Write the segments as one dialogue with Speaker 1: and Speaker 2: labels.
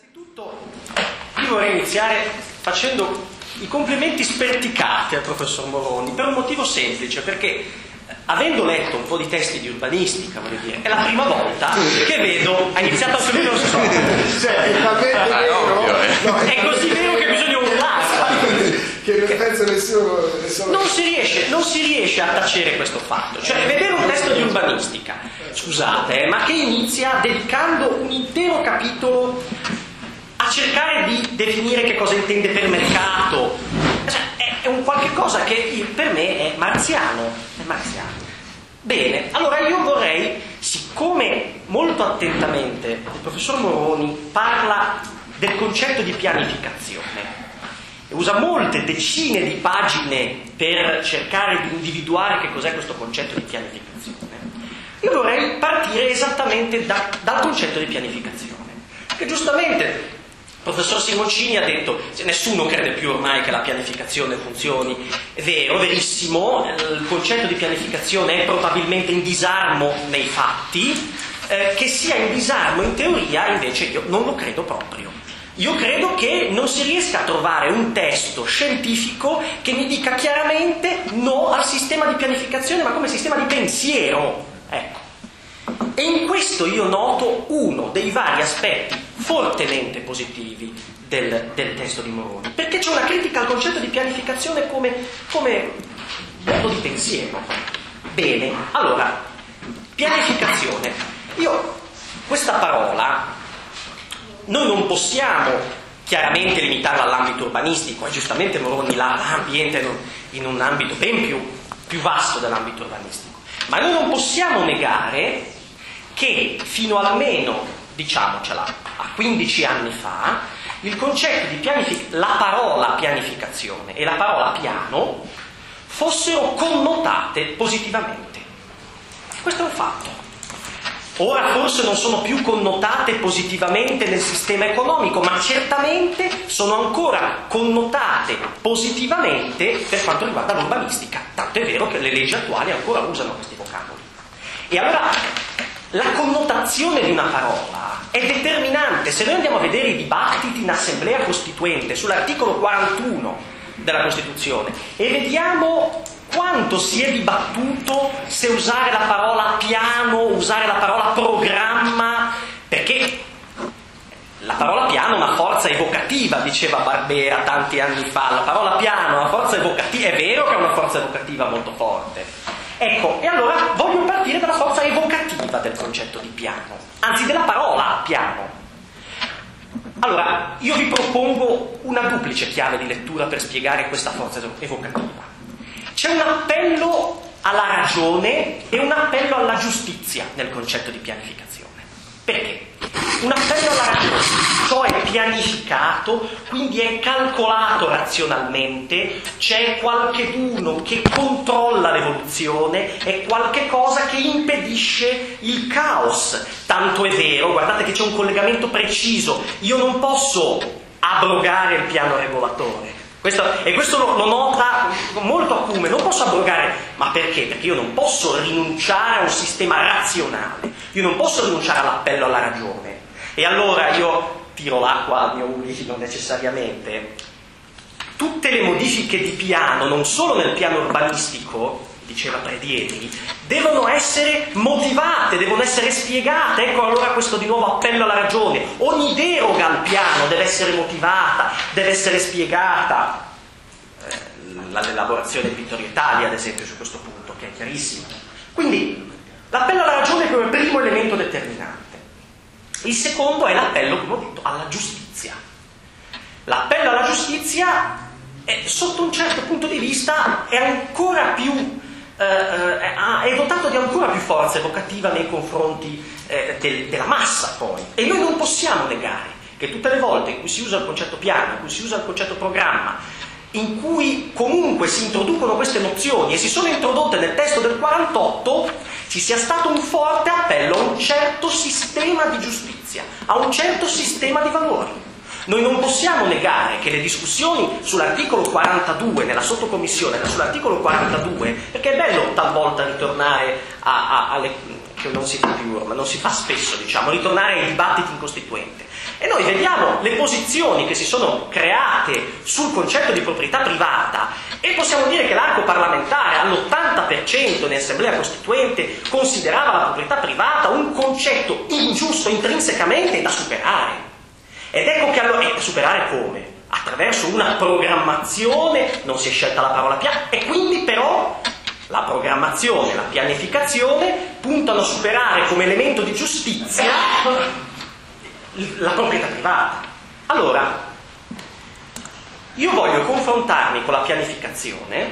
Speaker 1: Innanzitutto io vorrei iniziare facendo i complimenti sperticati al professor Moroni per un motivo semplice, perché avendo letto un po' di testi di urbanistica, voglio dire, è la prima volta che vedo, ha iniziato a subire lo scopo.
Speaker 2: Cioè, è talmente vero,
Speaker 1: è così vero che bisogna urlare.
Speaker 2: Che non penso nessuno
Speaker 1: non si riesce a tacere questo fatto. Cioè, vedere un testo di urbanistica, scusate, ma che inizia dedicando un intero capitolo a cercare di definire che cosa intende per mercato, cioè, è un qualche cosa che per me è marziano. Bene, allora io vorrei, siccome molto attentamente il professor Moroni parla del concetto di pianificazione, usa molte decine di pagine per cercare di individuare che cos'è questo concetto di pianificazione, io vorrei partire esattamente dal concetto di pianificazione, che giustamente il professor Simoncini ha detto nessuno crede più ormai che la pianificazione funzioni. È vero, verissimo, il concetto di pianificazione è probabilmente in disarmo nei fatti, che sia in disarmo in teoria invece io non lo credo proprio. Io credo che non si riesca a trovare un testo scientifico che mi dica chiaramente no al sistema di pianificazione, ma come sistema di pensiero. Ecco. E in questo io noto uno dei vari aspetti fortemente positivi del testo di Moroni, perché c'è una critica al concetto di pianificazione come modo di pensiero. Bene, allora, pianificazione. Questa parola noi non possiamo chiaramente limitarla all'ambito urbanistico, e giustamente Moroni la ambienta in un ambito ben più vasto dell'ambito urbanistico, ma noi non possiamo negare che fino almeno, diciamocela, a 15 anni fa, il concetto di la parola pianificazione e la parola piano fossero connotate positivamente. Questo è un fatto. Ora forse non sono più connotate positivamente nel sistema economico, ma certamente sono ancora connotate positivamente per quanto riguarda l'urbanistica. Tanto è vero che le leggi attuali ancora usano questi vocaboli. E allora la connotazione di una parola è determinante. Se noi andiamo a vedere i dibattiti in assemblea costituente sull'articolo 41 della Costituzione e vediamo quanto si è dibattuto se usare la parola piano, usare la parola programma, perché la parola piano è una forza evocativa, diceva Barbera tanti anni fa. La parola piano è una forza evocativa, è vero che è una forza evocativa molto forte. Ecco, e allora voglio partire dalla forza evocativa del concetto di piano, anzi della parola piano. Allora, io vi propongo una duplice chiave di lettura per spiegare questa forza evocativa. C'è un appello alla ragione e un appello alla giustizia nel concetto di pianificazione. Perché? Un appello alla ragione, ciò è pianificato, quindi è calcolato razionalmente, c'è qualcheduno che controlla l'evoluzione, è qualche cosa che impedisce il caos. Tanto è vero, guardate che c'è un collegamento preciso, io non posso abrogare il piano regolatore. Questo lo nota molto acume, non posso abrogare, ma perché? Perché io non posso rinunciare a un sistema razionale, io non posso rinunciare all'appello alla ragione. E allora io tiro l'acqua al mio mulino necessariamente. Tutte le modifiche di piano, non solo nel piano urbanistico, diceva Predieri, devono essere motivate, devono essere spiegate. Ecco allora questo di nuovo appello alla ragione. Ogni deroga al piano deve essere motivata, deve essere spiegata. L'elaborazione di Vittorio Italia, ad esempio, su questo punto, che è chiarissimo. Quindi l'appello alla ragione come primo elemento determinante. Il secondo è l'appello, come ho detto, alla giustizia. L'appello alla giustizia, sotto un certo punto di vista, è ancora più è dotato di ancora più forza evocativa nei confronti della massa, poi. E noi non possiamo negare che tutte le volte in cui si usa il concetto piano, in cui si usa il concetto programma, in cui comunque si introducono queste nozioni e si sono introdotte nel testo del 48, ci sia stato un forte appello a un certo sistema di giustizia, a un certo sistema di valori. Noi non possiamo negare che le discussioni sull'articolo 42, nella sottocommissione sull'articolo 42, perché è bello talvolta ritornare alle che non si fa più, ma non si fa spesso, diciamo, ritornare ai dibattiti in Costituente. E noi vediamo le posizioni che si sono create sul concetto di proprietà privata e possiamo dire che l'arco parlamentare all'80% in Assemblea Costituente considerava la proprietà privata un concetto ingiusto intrinsecamente da superare. Ed ecco che allora, superare come? Attraverso una programmazione, non si è scelta la parola e quindi però la programmazione e la pianificazione puntano a superare come elemento di giustizia la proprietà privata. Allora, io voglio confrontarmi con la pianificazione,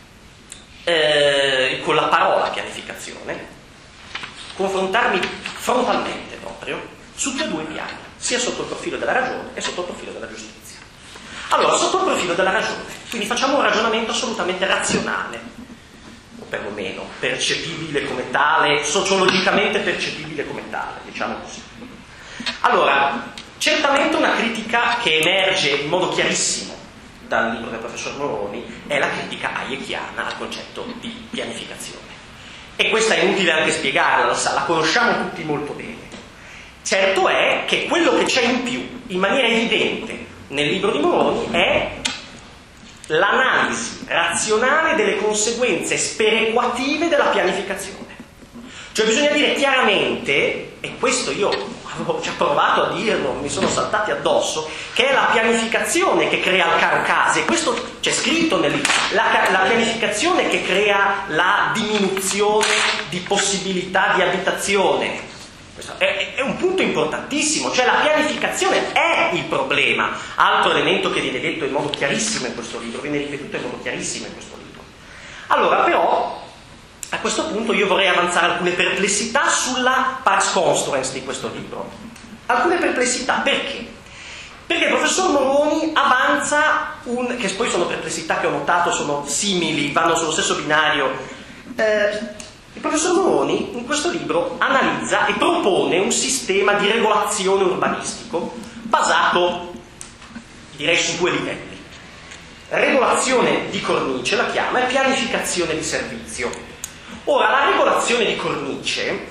Speaker 1: con la parola pianificazione, confrontarmi frontalmente proprio su due piani, sia sotto il profilo della ragione e sotto il profilo della giustizia. Allora, sotto il profilo della ragione, quindi facciamo un ragionamento assolutamente razionale, o perlomeno percepibile come tale, sociologicamente percepibile come tale, diciamo così. Allora, certamente una critica che emerge in modo chiarissimo dal libro del professor Moroni è la critica hayekiana al concetto di pianificazione. E questa è inutile anche spiegarla, la conosciamo tutti molto bene. Certo è che quello che c'è in più, in maniera evidente, nel libro di Moroni è l'analisi razionale delle conseguenze sperequative della pianificazione. Cioè bisogna dire chiaramente, e questo io avevo già provato a dirlo, mi sono saltati addosso, che è la pianificazione che crea il caro case. Questo c'è scritto nel libro, la pianificazione che crea la diminuzione di possibilità di abitazione. Questo è un punto importantissimo, cioè la pianificazione è il problema, altro elemento che viene detto in modo chiarissimo in questo libro, viene ripetuto in modo chiarissimo in questo libro. Allora però a questo punto io vorrei avanzare alcune perplessità sulla pars construens di questo libro. Alcune perplessità, perché? Perché il professor Moroni avanza che poi sono perplessità che ho notato, sono simili, vanno sullo stesso binario. Il professor Moroni in questo libro analizza e propone un sistema di regolazione urbanistico basato, direi, su due livelli. Regolazione di cornice la chiama e pianificazione di servizio. Ora, la regolazione di cornice,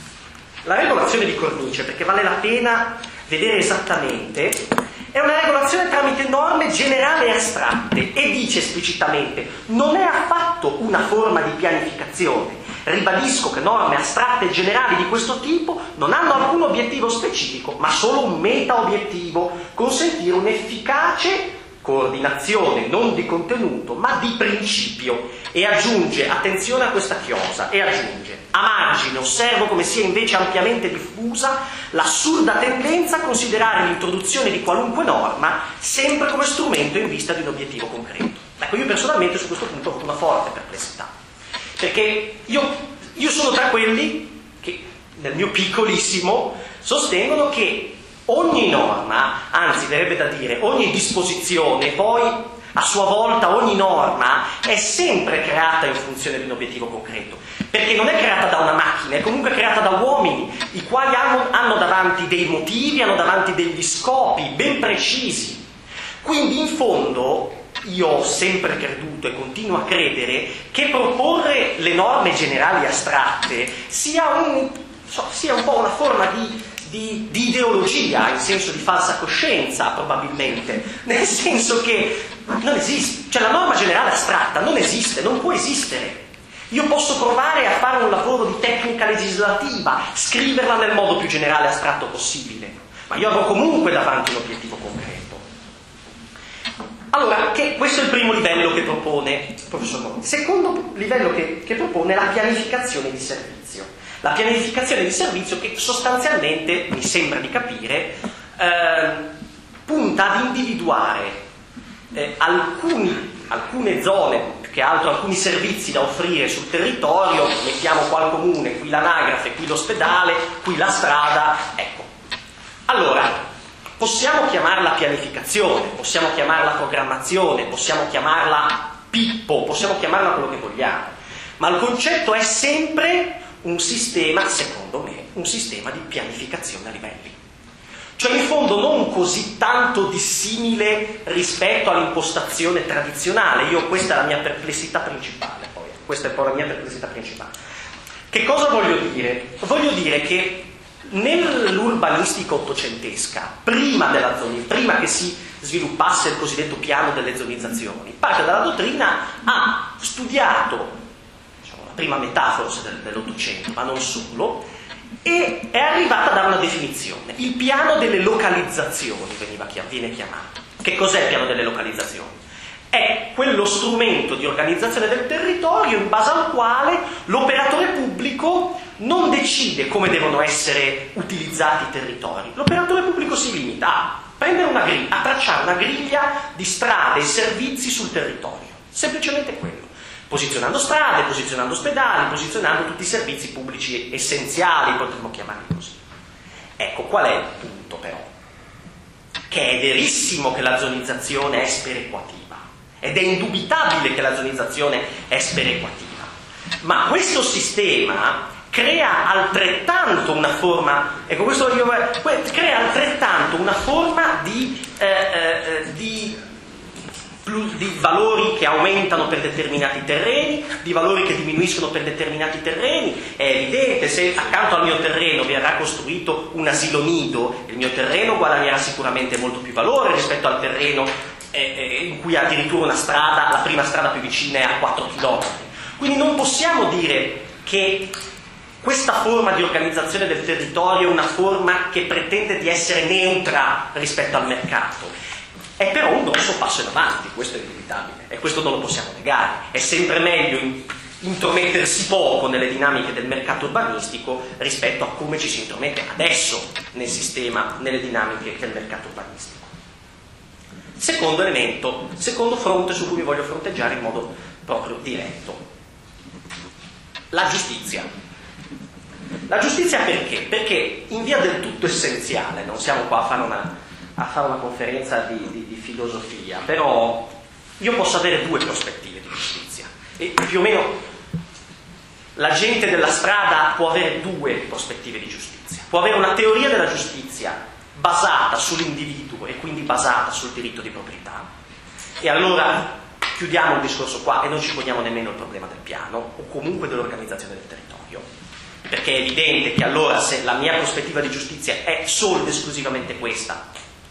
Speaker 1: perché vale la pena vedere esattamente, è una regolazione tramite norme generali e astratte e dice esplicitamente non è affatto una forma di pianificazione. Ribadisco che norme astratte e generali di questo tipo non hanno alcun obiettivo specifico, ma solo un meta-obiettivo, consentire un'efficace coordinazione non di contenuto ma di principio, e aggiunge, attenzione a questa chiosa, e aggiunge: a margine osservo come sia invece ampiamente diffusa l'assurda tendenza a considerare l'introduzione di qualunque norma sempre come strumento in vista di un obiettivo concreto. Ecco, io personalmente su questo punto ho avuto una forte perplessità, perché io sono tra quelli che nel mio piccolissimo sostengono che ogni norma, anzi verrebbe da dire ogni disposizione, poi a sua volta ogni norma è sempre creata in funzione di un obiettivo concreto, perché non è creata da una macchina, è comunque creata da uomini, i quali hanno davanti dei motivi, hanno davanti degli scopi ben precisi. Quindi in fondo io ho sempre creduto e continuo a credere che proporre le norme generali astratte sia un po' una forma di ideologia, in senso di falsa coscienza probabilmente, nel senso che non esiste, cioè la norma generale astratta non esiste, non può esistere. Io posso provare a fare un lavoro di tecnica legislativa, scriverla nel modo più generale e astratto possibile, ma io avrò comunque davanti un obiettivo concreto. Allora, questo è il primo livello che propone il professor Moroni. Il secondo livello che propone è la pianificazione di servizio. La pianificazione di servizio che sostanzialmente, mi sembra di capire, punta ad individuare alcune zone, più che altro alcuni servizi da offrire sul territorio, mettiamo qua il comune, qui l'anagrafe, qui l'ospedale, qui la strada, ecco. Allora, possiamo chiamarla pianificazione, possiamo chiamarla programmazione, possiamo chiamarla Pippo, possiamo chiamarla quello che vogliamo, ma il concetto è sempre un sistema, secondo me, un sistema di pianificazione a livelli. Cioè in fondo non così tanto dissimile rispetto all'impostazione tradizionale. Questa è la mia perplessità principale, poi. Questa è poi la mia perplessità principale. Che cosa voglio dire? Voglio dire che nell'urbanistica ottocentesca, prima che si sviluppasse il cosiddetto piano delle zonizzazioni, parte dalla dottrina ha studiato, diciamo, la prima metà forse dell'Ottocento, ma non solo, e è arrivata a dare una definizione. Il piano delle localizzazioni viene chiamato. Che cos'è il piano delle localizzazioni? È quello strumento di organizzazione del territorio in base al quale l'operatore pubblico non decide come devono essere utilizzati i territori. L'operatore pubblico si limita a prendere a tracciare una griglia di strade e servizi sul territorio. Semplicemente quello. Posizionando strade, posizionando ospedali, posizionando tutti i servizi pubblici essenziali, potremmo chiamarli così. Ecco, qual è il punto però? Che è verissimo che la zonizzazione è sperequativa, ed è indubitabile che la zonizzazione è sperequativa, ma questo sistema crea altrettanto una forma, crea altrettanto una forma di valori che aumentano per determinati terreni, di valori che diminuiscono per determinati terreni. È evidente, se accanto al mio terreno verrà costruito un asilo nido, il mio terreno guadagnerà sicuramente molto più valore rispetto al terreno in cui addirittura la prima strada più vicina è a 4 km. Quindi non possiamo dire che questa forma di organizzazione del territorio è una forma che pretende di essere neutra rispetto al mercato. È però un grosso passo in avanti, questo è inevitabile, e questo non lo possiamo negare. È sempre meglio intromettersi poco nelle dinamiche del mercato urbanistico rispetto a come ci si intromette adesso nel sistema, nelle dinamiche del mercato urbanistico. Secondo elemento, secondo fronte su cui mi voglio fronteggiare in modo proprio diretto. La giustizia. La giustizia perché? Perché in via del tutto essenziale, non siamo qua a fare una conferenza di filosofia, però io posso avere due prospettive di giustizia e più o meno la gente della strada può avere due prospettive di giustizia. Può avere una teoria della giustizia basata sull'individuo e quindi basata sul diritto di proprietà, e allora chiudiamo il discorso qua e non ci poniamo nemmeno il problema del piano o comunque dell'organizzazione del territorio, perché è evidente che allora, se la mia prospettiva di giustizia è solo ed esclusivamente questa,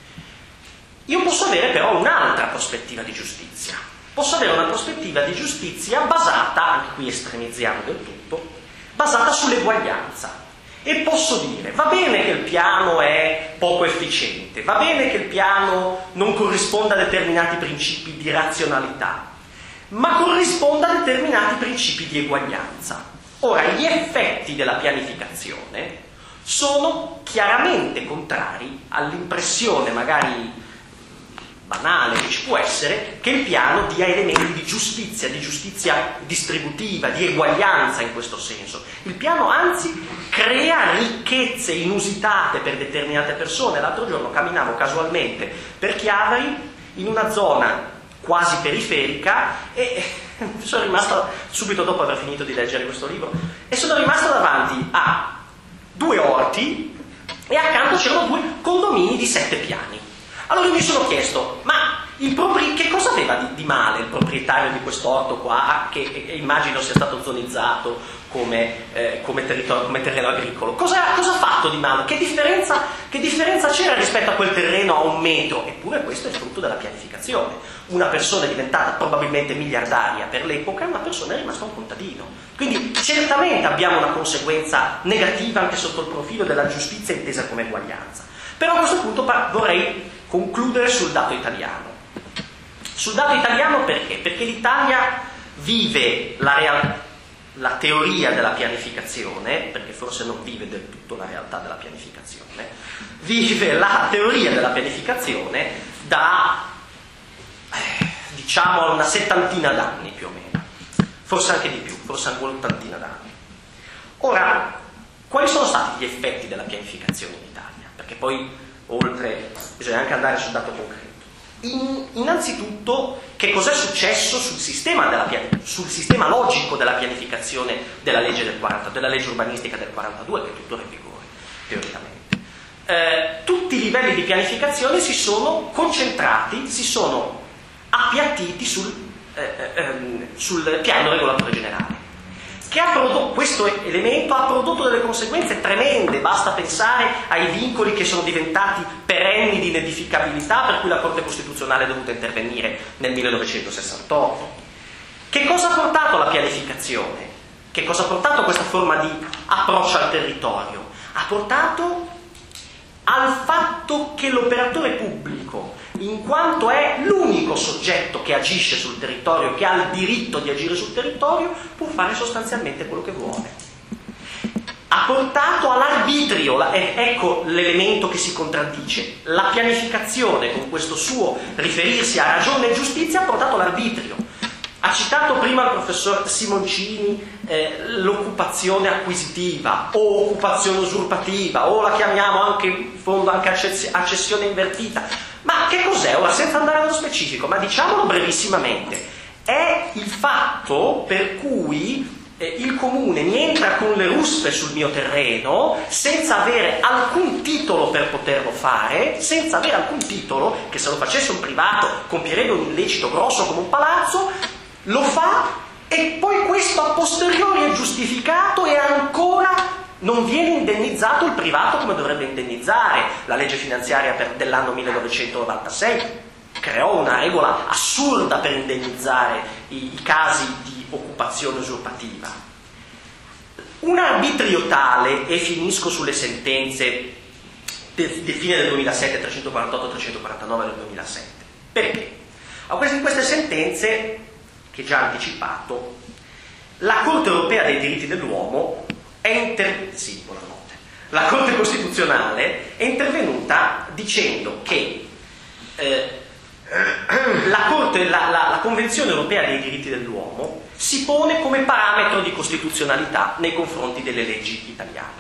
Speaker 1: io posso avere però un'altra prospettiva di giustizia. Posso avere una prospettiva di giustizia basata, anche qui estremizziamo del tutto, basata sull'eguaglianza. E posso dire, va bene che il piano è poco efficiente, va bene che il piano non corrisponda a determinati principi di razionalità, ma corrisponda a determinati principi di eguaglianza. Ora, gli effetti della pianificazione sono chiaramente contrari all'impressione, magari banale che ci può essere, che il piano dia elementi di giustizia distributiva, di eguaglianza in questo senso. Il piano anzi crea ricchezze inusitate per determinate persone. L'altro giorno camminavo casualmente per Chiavari in una zona quasi periferica e sono rimasto, subito dopo aver finito di leggere questo libro, e sono rimasto davanti a 2 orti e accanto c'erano 2 condomini di 7 piani. Allora io mi sono chiesto, ma che cosa aveva di male il proprietario di quest'orto qua, che immagino sia stato zonizzato come terreno agricolo? Cosa ha fatto di male? Che differenza c'era rispetto a quel terreno a 1 metro? Eppure questo è frutto della pianificazione. Una persona è diventata probabilmente miliardaria per l'epoca e una persona è rimasta un contadino. Quindi certamente abbiamo una conseguenza negativa anche sotto il profilo della giustizia intesa come eguaglianza. Però a questo punto vorrei concludere sul dato italiano. Sul dato italiano perché? Perché l'Italia vive la teoria della pianificazione, perché forse non vive del tutto la realtà della pianificazione, vive la teoria della pianificazione da, diciamo, una 70ina d'anni più o meno, forse anche di più, forse anche un'80ina d'anni. Ora, quali sono stati gli effetti della pianificazione in Italia? Perché poi oltre bisogna anche andare sul dato concreto. Innanzitutto, che cos'è successo sul sistema logico della pianificazione della legge della legge urbanistica del 42, che è tuttora in vigore teoricamente. Tutti i livelli di pianificazione si sono concentrati, si sono appiattiti sul piano regolatore generale, questo elemento ha prodotto delle conseguenze tremende, basta pensare ai vincoli che sono diventati perenni di inedificabilità per cui la Corte Costituzionale è dovuta intervenire nel 1968. Che cosa ha portato alla pianificazione? Che cosa ha portato questa forma di approccio al territorio? Ha portato al fatto che l'operatore pubblico, in quanto è l'unico soggetto che agisce sul territorio, che ha il diritto di agire sul territorio, può fare sostanzialmente quello che vuole. Ha portato all'arbitrio, ecco l'elemento che si contraddice. La pianificazione, con questo suo riferirsi a ragione e giustizia, ha portato all'arbitrio. Ha citato prima il professor Simoncini l'occupazione acquisitiva o occupazione usurpativa, o la chiamiamo anche in fondo anche accessione invertita. Ma che cos'è? Ora, senza andare nello specifico, ma diciamolo brevissimamente, è il fatto per cui il comune mi entra con le ruspe sul mio terreno senza avere alcun titolo per poterlo fare, senza avere alcun titolo, che se lo facesse un privato compierebbe un illecito grosso come un palazzo, lo fa e poi questo a posteriori è giustificato e ancora non viene indennizzato il privato come dovrebbe indennizzare. La legge finanziaria dell'anno 1996 creò una regola assurda per indennizzare i casi di occupazione usurpativa. Un arbitrio tale, e finisco sulle sentenze di fine del 2007, 348 349 del 2007. Perché? In queste sentenze, che già anticipato, la Corte Europea dei Diritti dell'Uomo la Corte Costituzionale è intervenuta dicendo che la Convenzione Europea dei Diritti dell'Uomo si pone come parametro di costituzionalità nei confronti delle leggi italiane.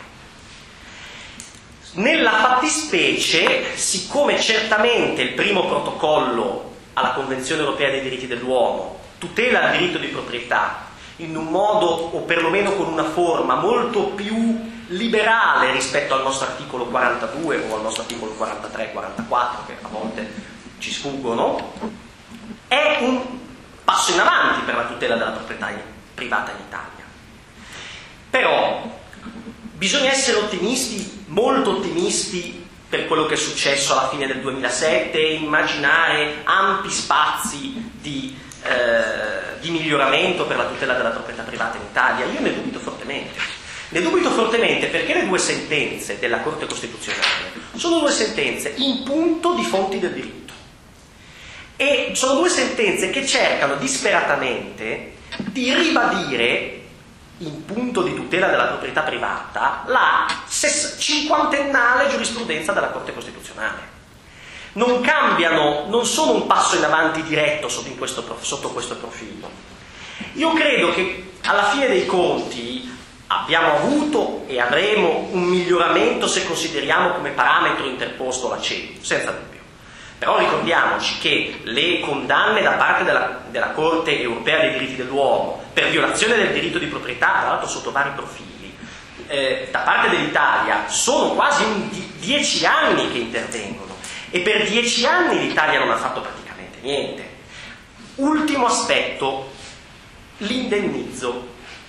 Speaker 1: Nella fattispecie, siccome certamente il primo protocollo alla Convenzione Europea dei Diritti dell'Uomo tutela il diritto di proprietà in un modo, o perlomeno con una forma, molto più liberale rispetto al nostro articolo 42 o al nostro articolo 43 44, che a volte ci sfuggono, è un passo in avanti per la tutela della proprietà privata in Italia. Però bisogna essere ottimisti, molto ottimisti, per quello che è successo alla fine del 2007 e immaginare ampi spazi di miglioramento per la tutela della proprietà privata in Italia. Io ne dubito fortemente. Ne dubito fortemente perché le due sentenze della Corte Costituzionale sono due sentenze in punto di fonti del diritto. E sono due sentenze che cercano disperatamente di ribadire, in punto di tutela della proprietà privata, la cinquantennale giurisprudenza della Corte Costituzionale. Non cambiano, non sono un passo in avanti diretto sotto questo profilo. Io credo che alla fine dei conti abbiamo avuto e avremo un miglioramento se consideriamo come parametro interposto la CEDU, senza dubbio. Però ricordiamoci che le condanne da parte della Corte Europea dei Diritti dell'Uomo per violazione del diritto di proprietà, tra l'altro sotto vari profili, da parte dell'Italia sono quasi 10 anni che intervengono. E per 10 anni l'Italia non ha fatto praticamente niente. Ultimo aspetto, l'indennizzo.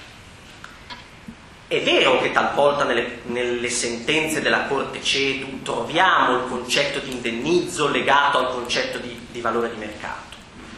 Speaker 1: È vero che talvolta nelle sentenze della Corte CEDU troviamo il concetto di indennizzo legato al concetto di valore di mercato.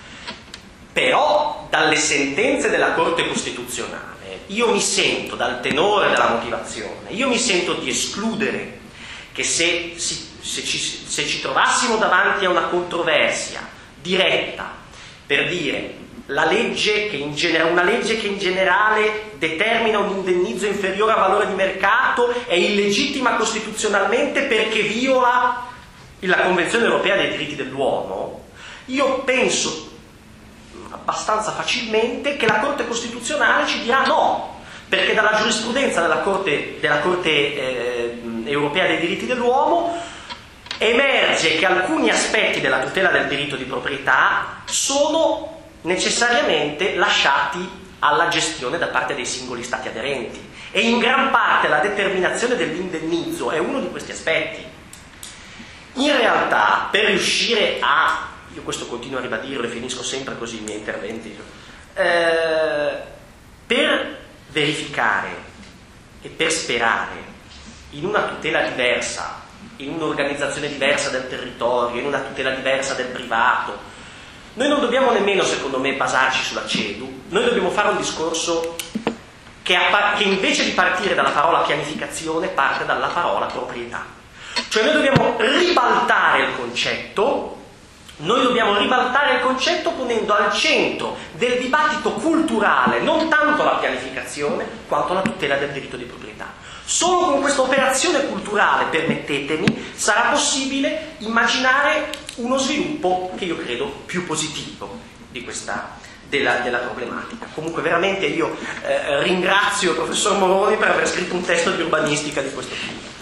Speaker 1: Però dalle sentenze della Corte Costituzionale io mi sento, dal tenore della motivazione, io mi sento di escludere che se ci trovassimo davanti a una controversia diretta per dire una legge che in generale determina un indennizzo inferiore a valore di mercato è illegittima costituzionalmente perché viola la Convenzione Europea dei Diritti dell'Uomo, io penso abbastanza facilmente che la Corte Costituzionale ci dirà no, perché dalla giurisprudenza della Corte Europea dei Diritti dell'Uomo emerge che alcuni aspetti della tutela del diritto di proprietà sono necessariamente lasciati alla gestione da parte dei singoli stati aderenti e in gran parte la determinazione dell'indennizzo è uno di questi aspetti. In realtà, per riuscire a, io questo continuo a ribadirlo e finisco sempre così i miei interventi, per verificare e per sperare in una tutela diversa, in un'organizzazione diversa del territorio, in una tutela diversa del privato, noi non dobbiamo nemmeno, secondo me, basarci sulla CEDU, noi dobbiamo fare un discorso che invece di partire dalla parola pianificazione parte dalla parola proprietà. Cioè noi dobbiamo ribaltare il concetto. Noi dobbiamo ribaltare il concetto ponendo al centro del dibattito culturale non tanto la pianificazione quanto la tutela del diritto di proprietà. Solo con questa operazione culturale, permettetemi, sarà possibile immaginare uno sviluppo che io credo più positivo di della problematica. Comunque veramente io ringrazio il professor Moroni per aver scritto un testo di urbanistica di questo tipo.